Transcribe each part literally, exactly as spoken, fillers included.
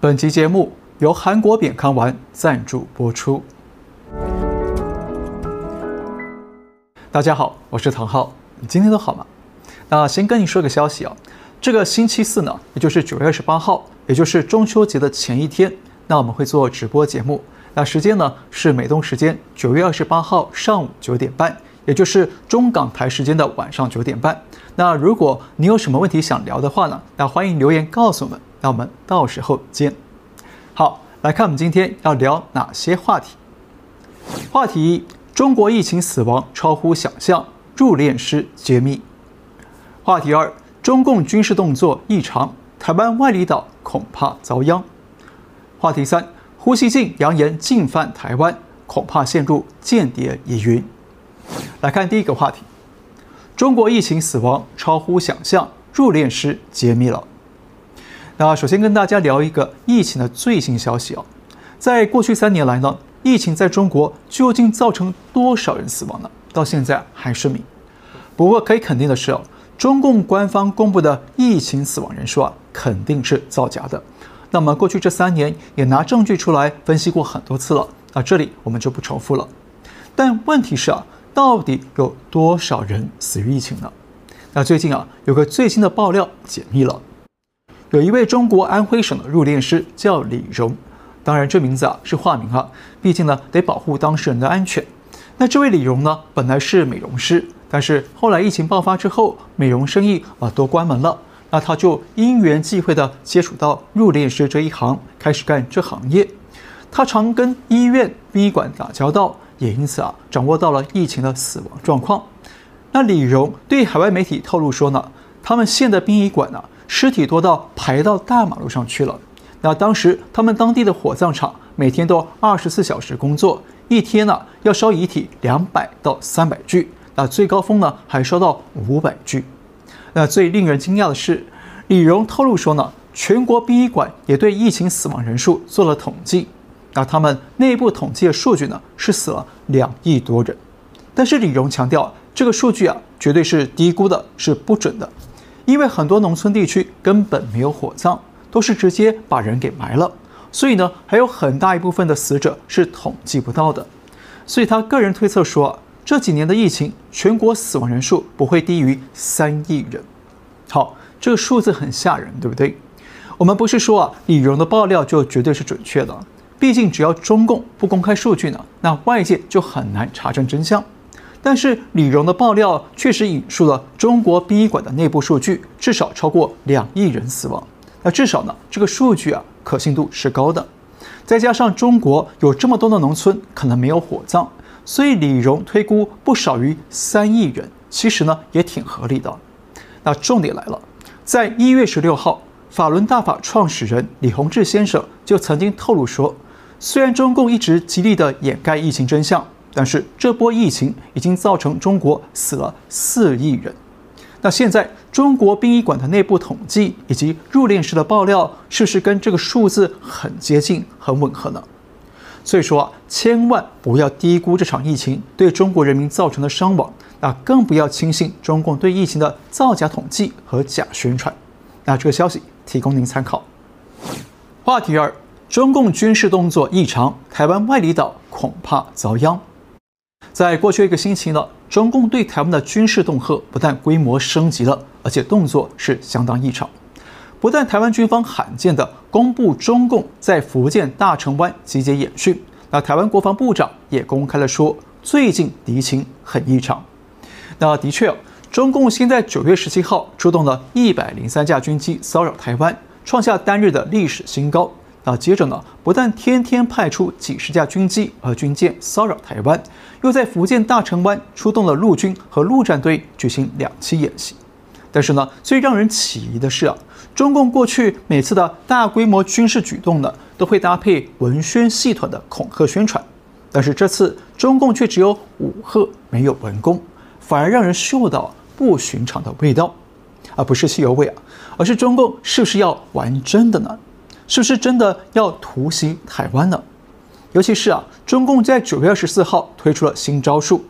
本集节目由韩国扁康丸赞助播出。大家好，我是唐浩，你今天都好吗？那先跟你说个消息啊，这个星期四呢，也就是九月二十八号，也就是中秋节的前一天，那我们会做直播节目。那时间呢是美东时间九月二十八号上午九点半，也就是中港台时间的晚上九点半。那如果你有什么问题想聊的话呢，那欢迎留言告诉我们，那我们到时候见。好，来看我们今天要聊哪些话题。话题一：中国疫情死亡超乎想象，入殓师揭秘。话题二：中共军事动作异常，台湾外离岛恐怕遭殃。话题三：胡锡进扬言进犯台湾，恐怕陷入间谍疑云。来看第一个话题：中国疫情死亡超乎想象，入殓师揭秘了。那首先跟大家聊一个疫情的最新消息哦，在过去三年来呢，疫情在中国究竟造成多少人死亡呢？到现在还是谜。不过可以肯定的是哦，中共官方公布的疫情死亡人数啊，肯定是造假的。那么过去这三年也拿证据出来分析过很多次了，那这里我们就不重复了。但问题是啊，到底有多少人死于疫情呢？那最近啊，有个最新的爆料解密了。有一位中国安徽省的入殓师叫李荣，当然这名字啊是化名啊，毕竟呢得保护当事人的安全。那这位李荣呢，本来是美容师，但是后来疫情爆发之后，美容生意啊都关门了，那他就因缘际会的接触到入殓师这一行，开始干这行业。他常跟医院、殡仪馆打交道，也因此啊掌握到了疫情的死亡状况。那李荣对海外媒体透露说呢，他们县的殡仪馆呢，尸体多到排到大马路上去了。那当时他们当地的火葬场每天都二十四小时工作，一天呢要烧遗体两百到三百具，那最高峰呢还烧到五百具。那最令人惊讶的是，李荣透露说呢，全国殡仪馆也对疫情死亡人数做了统计。那他们内部统计的数据呢，是死了两亿多人。但是李荣强调，这个数据啊绝对是低估的，是不准的。因为很多农村地区根本没有火葬，都是直接把人给埋了，所以呢，还有很大一部分的死者是统计不到的。所以他个人推测说，这几年的疫情，全国死亡人数不会低于三亿人。好，这个数字很吓人，对不对？我们不是说啊，李荣的爆料就绝对是准确的，毕竟只要中共不公开数据呢，那外界就很难查证真相。但是李荣的爆料确实引述了中国殡仪馆的内部数据，至少超过两亿人死亡。那至少呢，这个数据啊可信度是高的。再加上中国有这么多的农村可能没有火葬，所以李荣推估不少于三亿人，其实呢也挺合理的。那重点来了，在一月十六号，法轮大法创始人李洪志先生就曾经透露说，虽然中共一直极力的掩盖疫情真相，但是这波疫情已经造成中国死了四亿人。那现在中国殡仪馆的内部统计以及入殓师的爆料，是不是跟这个数字很接近、很吻合呢？所以说啊，千万不要低估这场疫情对中国人民造成的伤亡，那更不要轻信中共对疫情的造假统计和假宣传。那这个消息提供您参考。话题二：中共军事动作异常，台湾外离岛恐怕遭殃。在过去一个星期呢，中共对台湾的军事恫吓不但规模升级了，而且动作是相当异常。不但台湾军方罕见的公布中共在福建大城湾集结演训，那台湾国防部长也公开了说，最近敌情很异常。那的确，中共先在九月十七号出动了一百零三架军机骚扰台湾，创下单日的历史新高。那接着呢，不但天天派出几十架军机和军舰骚扰台湾，又在福建大城湾出动了陆军和陆战队举行两栖演习。但是呢，最让人起疑的是啊，中共过去每次的大规模军事举动呢，都会搭配文宣系统的恐吓宣传，但是这次中共却只有武吓，没有文攻，反而让人嗅到不寻常的味道，而不是汽油味啊，而是中共是不是要玩真的呢？是不是真的要突袭台湾呢？尤其是啊，中共在九月二十四号推出了新招数，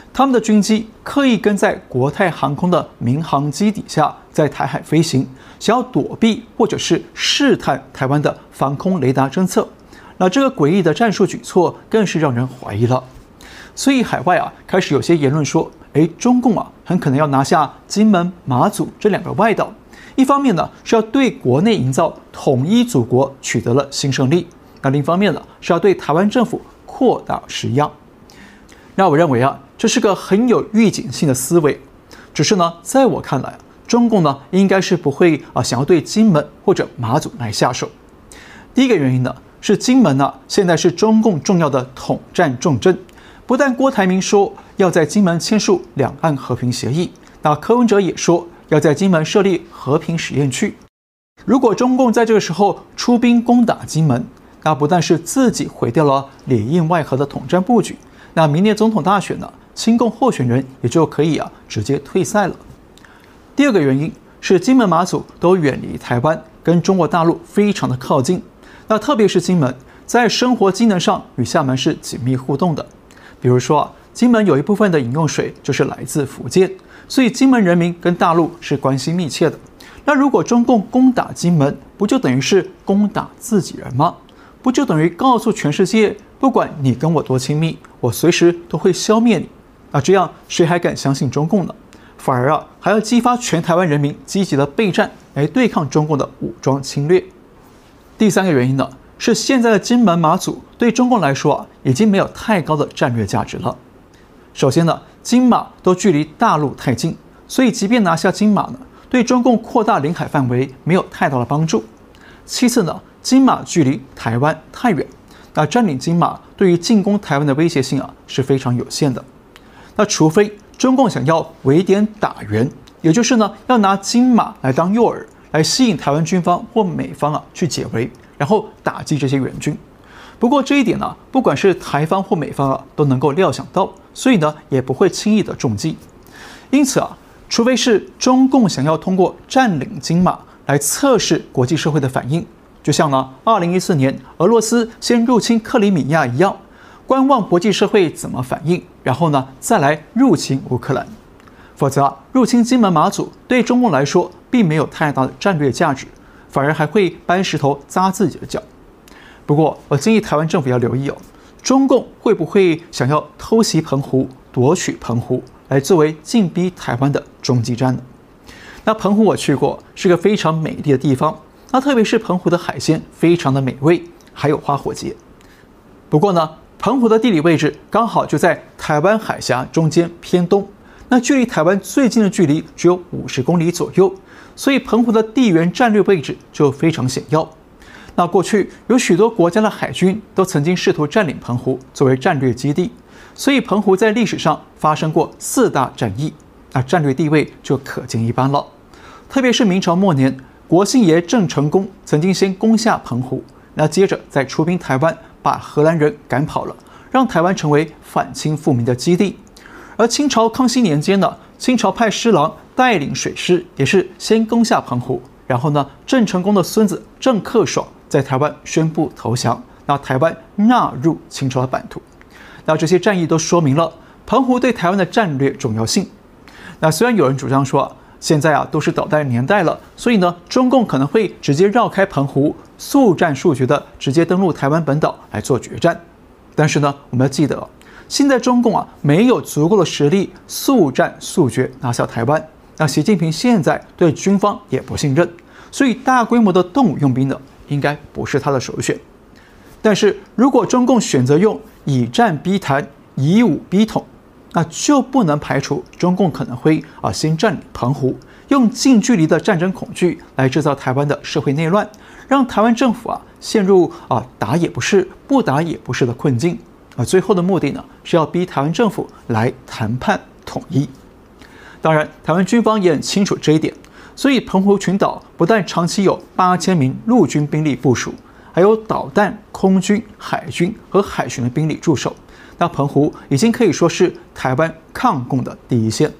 他们的军机刻意跟在国泰航空的民航机底下，在台海飞行，想要躲避或者是试探台湾的防空雷达侦测。那这个诡异的战术举措更是让人怀疑了。所以海外啊开始有些言论说，哎，中共啊很可能要拿下金门、马祖这两个外岛。一方面呢是要对国内营造统一祖国取得了新胜利，那另一方面呢是要对台湾政府扩大施压。那我认为啊，这是个很有预警性的思维。只是呢，在我看来，中共呢应该是不会啊想要对金门或者马祖来下手。第一个原因呢是金门呢现在是中共重要的统战重镇，不但郭台铭说要在金门签署两岸和平协议，那柯文哲也说要在金门设立和平实验区。如果中共在这个时候出兵攻打金门，那不但是自己毁掉了里应外合的统战布局，那明年总统大选呢，亲共候选人也就可以啊直接退赛了。第二个原因是金门马祖都远离台湾，跟中国大陆非常的靠近。那特别是金门，在生活机能上与厦门是紧密互动的。比如说啊，金门有一部分的饮用水就是来自福建，所以金门人民跟大陆是关系密切的。那如果中共攻打金门，不就等于是攻打自己人吗？不就等于告诉全世界，不管你跟我多亲密，我随时都会消灭你？那这样谁还敢相信中共呢？反而啊，还要激发全台湾人民积极的备战，来对抗中共的武装侵略。第三个原因呢，是现在的金门马祖对中共来说啊，已经没有太高的战略价值了。首先呢，金马都距离大陆太近，所以即便拿下金马呢，对中共扩大领海范围没有太大的帮助。其次呢，金马距离台湾太远，那占领金马对于进攻台湾的威胁性啊是非常有限的。那除非中共想要围点打援，也就是呢要拿金马来当诱饵，来吸引台湾军方或美方啊去解围，然后打击这些援军。不过这一点呢、啊，不管是台方或美方啊都能够料想到，所以呢也不会轻易的中计。因此啊，除非是中共想要通过占领金马来测试国际社会的反应，就像呢二零一四年俄罗斯先入侵克里米亚一样，观望国际社会怎么反应，然后呢再来入侵乌克兰。否则啊，入侵金门马祖对中共来说并没有太大的战略价值，反而还会搬石头砸自己的脚。不过我建议台湾政府要留意哦，中共会不会想要偷袭澎湖，夺取澎湖，来作为进逼台湾的中继站呢？那澎湖我去过，是个非常美丽的地方。那特别是澎湖的海鲜非常的美味，还有花火节。不过呢，澎湖的地理位置刚好就在台湾海峡中间偏东，那距离台湾最近的距离只有五十公里左右，所以澎湖的地缘战略位置就非常险要。那过去有许多国家的海军都曾经试图占领澎湖作为战略基地，所以澎湖在历史上发生过四大战役，那战略地位就可见一斑了。特别是明朝末年，国姓爷郑成功曾经先攻下澎湖，那接着再出兵台湾，把荷兰人赶跑了，让台湾成为反清复明的基地。而清朝康熙年间呢，清朝派施琅带领水师，也是先攻下澎湖，然后呢，郑成功的孙子郑克爽在台湾宣布投降，那台湾纳入清朝的版图。那这些战役都说明了澎湖对台湾的战略重要性。那虽然有人主张说，现在啊都是导弹年代了，所以呢，中共可能会直接绕开澎湖，速战速决的直接登陆台湾本岛来做决战。但是呢，我们要记得，现在中共啊没有足够的实力速战速决拿下台湾。那习近平现在对军方也不信任，所以大规模的动武用兵呢，应该不是他的首选。但是如果中共选择用以战逼台、以武逼统，那就不能排除中共可能会啊先占领澎湖，用近距离的战争恐惧来制造台湾的社会内乱，让台湾政府啊陷入啊打也不是、不打也不是的困境。啊，最后的目的呢是要逼台湾政府来谈判统一。当然，台湾军方也很清楚这一点，所以澎湖群岛不但长期有八千名陆军兵力部署，还有导弹、空军、海军和海巡的兵力驻守。那澎湖已经可以说是台湾抗共的第一线。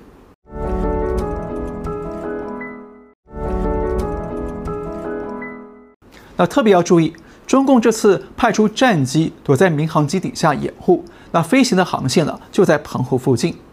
那特别要注意，中共这次派出战机躲在民航机底下掩护，那飞行的航线呢就在澎湖附近。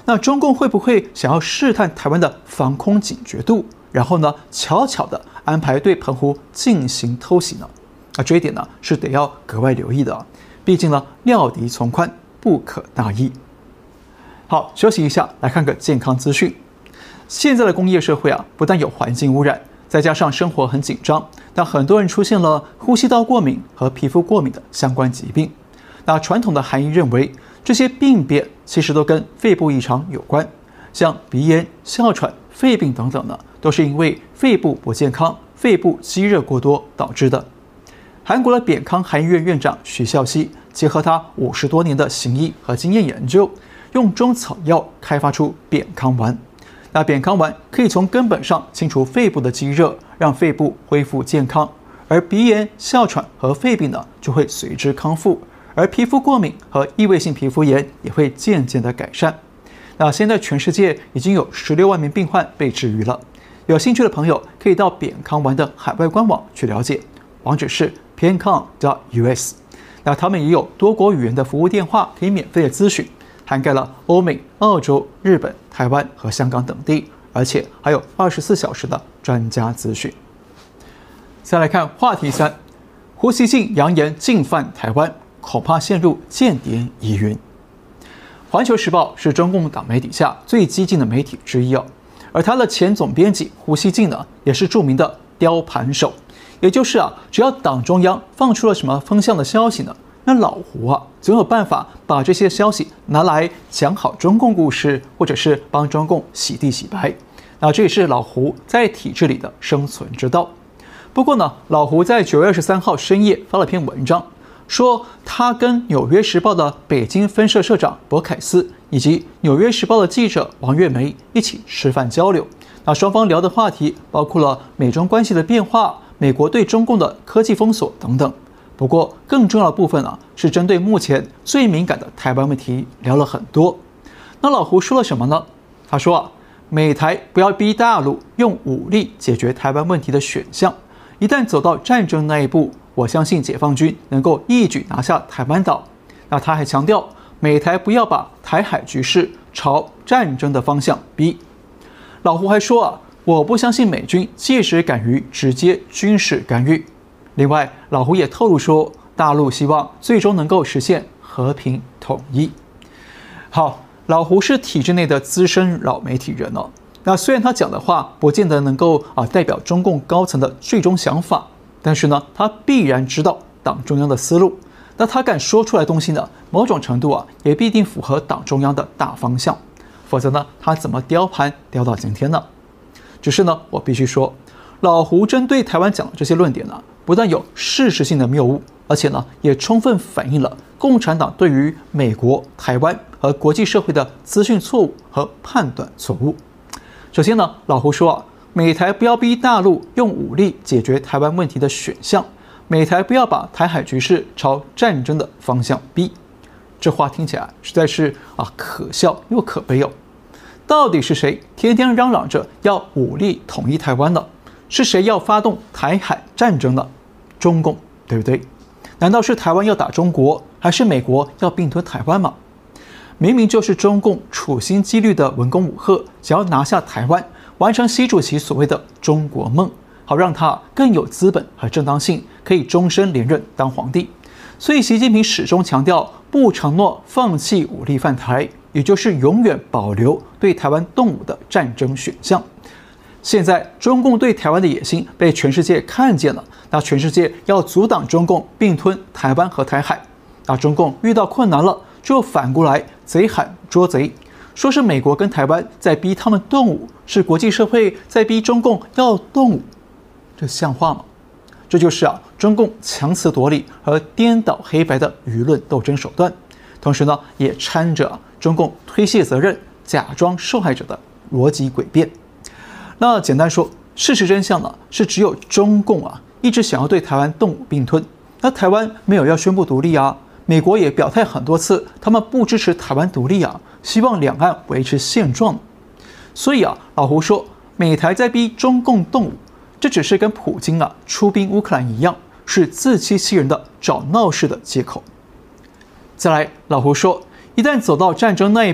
那中共会不会想要试探台湾的防空警觉度，然后呢，悄悄地安排对澎湖进行偷袭呢？那这一点呢，是得要格外留意的啊。毕竟呢，料敌从宽，不可大意。好，休息一下，来看个健康资讯。现在的工业社会啊，不但有环境污染，再加上生活很紧张，那很多人出现了呼吸道过敏和皮肤过敏的相关疾病。那传统的韩医认为，这些病变其实都跟肺部异常有关，像鼻炎、哮喘、肺病等等呢，都是因为肺部不健康、肺部积热过多导致的。韩国的扁康韩医院院长徐孝熙结合他五十多年的行医和经验研究，用中草药开发出扁康丸。那扁康丸可以从根本上清除肺部的积热，让肺部恢复健康，而鼻炎、哮喘和肺病呢就会随之康复，而皮肤过敏和异位性皮肤炎也会渐渐的改善。那现在全世界已经有十六万名病患被治愈了。有兴趣的朋友可以到扁康丸的海外官网去了解，网址是 p n c o m dot u s。那他们也有多国语言的服务电话可以免费的咨询，涵盖了欧美、澳洲、日本、台湾和香港等地，而且还有二十四小时的专家咨询。再来看话题三，胡锡进扬言进犯台湾，恐怕陷入间谍疑云。环球时报是中共党媒底下最激进的媒体之一哦，而他的前总编辑胡锡进呢，也是著名的雕盘手。也就是啊，只要党中央放出了什么风向的消息呢，那老胡啊总有办法把这些消息拿来讲好中共故事，或者是帮中共洗地洗白。那这也是老胡在体制里的生存之道。不过呢，老胡在九月二十三号深夜发了篇文章，说他跟《纽约时报》的北京分社社长博凯斯以及《纽约时报》的记者王月梅一起吃饭交流。那双方聊的话题包括了美中关系的变化、美国对中共的科技封锁等等。不过更重要的部分啊，是针对目前最敏感的台湾问题聊了很多。那老胡说了什么呢？他说啊，美台不要逼大陆用武力解决台湾问题的选项，一旦走到战争那一步，我相信解放军能够一举拿下台湾岛。那他还强调，美台不要把台海局势朝战争的方向逼。老胡还说啊，我不相信美军届时敢于直接军事干预。另外，老胡也透露说，大陆希望最终能够实现和平统一。好，老胡是体制内的资深老媒体人哦。那虽然他讲的话不见得能够啊代表中共高层的最终想法，但是呢，他必然知道党中央的思路。那他敢说出来的东西呢，某种程度啊也必定符合党中央的大方向。否则呢，他怎么雕盘雕到今天呢？只是呢，我必须说，老胡针对台湾讲的这些论点呢，不但有事实性的谬误，而且呢，也充分反映了共产党对于美国、台湾和国际社会的资讯错误和判断错误。首先呢，老胡说啊，美台不要逼大陆用武力解决台湾问题的选项，美台不要把台海局势朝战争的方向逼。这话听起来实在是啊可笑又可悲哦。到底是谁天天嚷嚷着要武力统一台湾呢？是谁要发动台海战争呢？中共，对不对？难道是台湾要打中国，还是美国要并吞台湾吗？明明就是中共处心积虑的文攻武吓，想要拿下台湾，完成习主席所谓的中国梦，好让他更有资本和正当性，可以终身连任当皇帝。所以习近平始终强调不承诺放弃武力犯台，也就是永远保留对台湾动武的战争选项。现在中共对台湾的野心被全世界看见了，那全世界要阻挡中共并吞台湾和台海，那中共遇到困难了，就反过来贼喊捉贼，说是美国跟台湾在逼他们动武，是国际社会在逼中共要动武，这像话吗？这就是啊，中共强词夺理和颠倒黑白的舆论斗争手段，同时呢，也掺着、啊、中共推卸责任、假装受害者的逻辑诡辩。那简单说，事实真相呢，是只有中共啊，一直想要对台湾动武并吞。那台湾没有要宣布独立啊，美国也表态很多次，他们不支持台湾独立啊，希望两岸维持现状。所以啊，老胡说美台在逼中共动武，这只是跟普京啊出兵乌克兰一样，是自欺欺人的找闹事的借口。再来，老胡说，一旦走到战争那一步，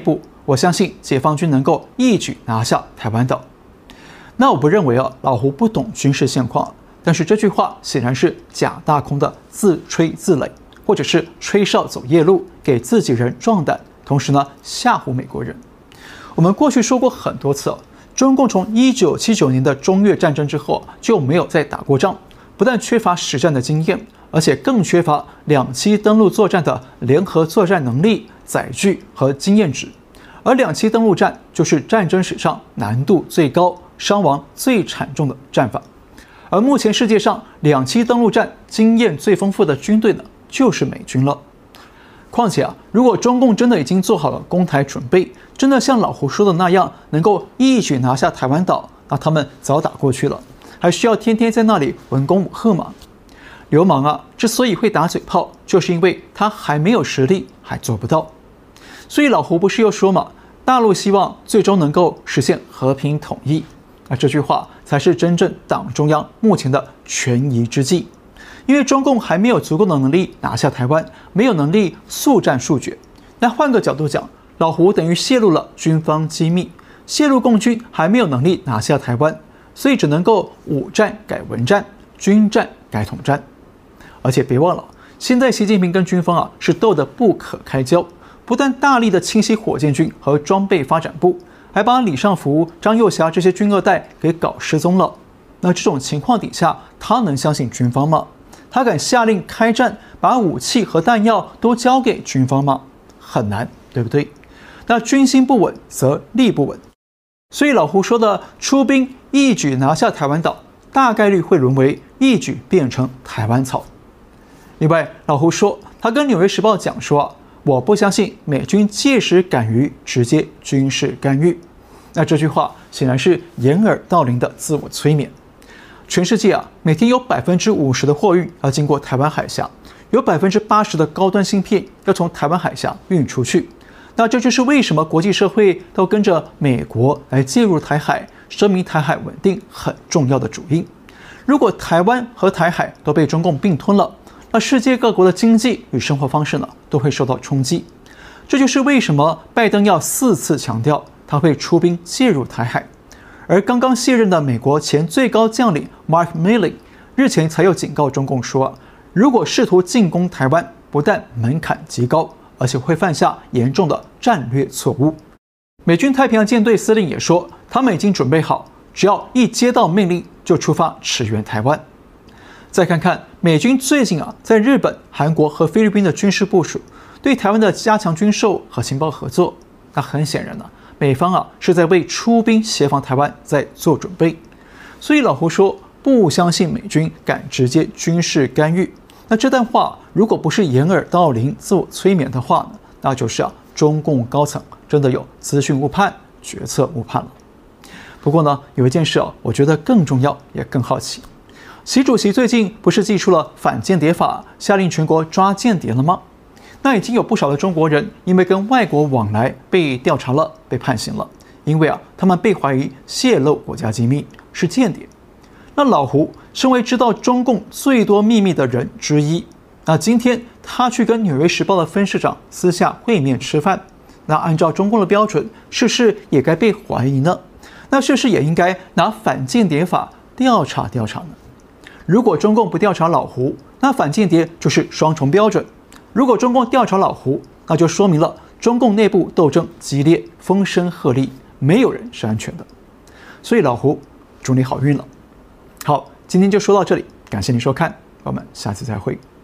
我相信解放军能够一举拿下台湾岛。那我不认为啊，老胡不懂军事现况，但是这句话显然是假大空的自吹自擂，或者是吹哨走夜路，给自己人壮胆，同时呢吓唬美国人。我们过去说过很多次啊，中共从一九七九年的中越战争之后就没有再打过仗，不但缺乏实战的经验，而且更缺乏两栖登陆作战的联合作战能力、载具和经验值。而两栖登陆战就是战争史上难度最高、伤亡最惨重的战法。而目前世界上两栖登陆战经验最丰富的军队呢，就是美军了。况且啊，如果中共真的已经做好了攻台准备，真的像老胡说的那样，能够一举拿下台湾岛，那他们早打过去了，还需要天天在那里文攻武吓吗？流氓啊，之所以会打嘴炮，就是因为他还没有实力，还做不到。所以老胡不是又说嘛，大陆希望最终能够实现和平统一，而这句话才是真正党中央目前的权宜之计。因为中共还没有足够的能力拿下台湾，没有能力速战速决。那换个角度讲，老胡等于泄露了军方机密，泄露共军还没有能力拿下台湾，所以只能够武战改文战，军战改统战。而且别忘了，现在习近平跟军方啊是斗得不可开交，不但大力的清洗火箭军和装备发展部，还把李尚福、张又侠这些军二代给搞失踪了。那这种情况底下，他能相信军方吗？他敢下令开战，把武器和弹药都交给军方吗？很难，对不对？那军心不稳，则力不稳。所以老胡说的出兵一举拿下台湾岛，大概率会沦为一举变成台湾草。另外，老胡说他跟《纽约时报》讲说啊，我不相信美军届时敢于直接军事干预。那这句话显然是掩耳盗铃的自我催眠。全世界啊，每天有百分之五十的货运要经过台湾海峡，有百分之八十的高端芯片要从台湾海峡运出去。那这就是为什么国际社会都跟着美国来介入台海，声明台海稳定很重要的主因。如果台湾和台海都被中共并吞了，那世界各国的经济与生活方式呢，都会受到冲击。这就是为什么拜登要四次强调他会出兵介入台海。而刚刚卸任的美国前最高将领 Mark Milley 日前才又警告中共说，如果试图进攻台湾，不但门槛极高，而且会犯下严重的战略错误。美军太平洋舰队司令也说，他们已经准备好，只要一接到命令就出发驰援台湾。再看看美军最近啊，在日本、韩国和菲律宾的军事部署，对台湾的加强军售和情报合作，那很显然呢、啊。美方啊是在为出兵协防台湾在做准备，所以老胡说不相信美军敢直接军事干预。那这段话如果不是掩耳盗铃、自我催眠的话呢，那就是啊中共高层真的有资讯误判、决策误判了。不过呢，有一件事啊，我觉得更重要也更好奇，习主席最近不是祭出了反间谍法，下令全国抓间谍了吗？那已经有不少的中国人因为跟外国往来被调查了，被判刑了，因为啊，他们被怀疑泄露国家机密，是间谍。那老胡身为知道中共最多秘密的人之一，那今天他去跟《纽约时报》的分市长私下会面吃饭，那按照中共的标准，是不是也该被怀疑呢？那是不是也应该拿反间谍法调查调查呢？如果中共不调查老胡，那反间谍就是双重标准。如果中共调查老胡，那就说明了中共内部斗争激烈，风声鹤唳，没有人是安全的。所以老胡，祝你好运了。好，今天就说到这里，感谢您收看，我们下次再会。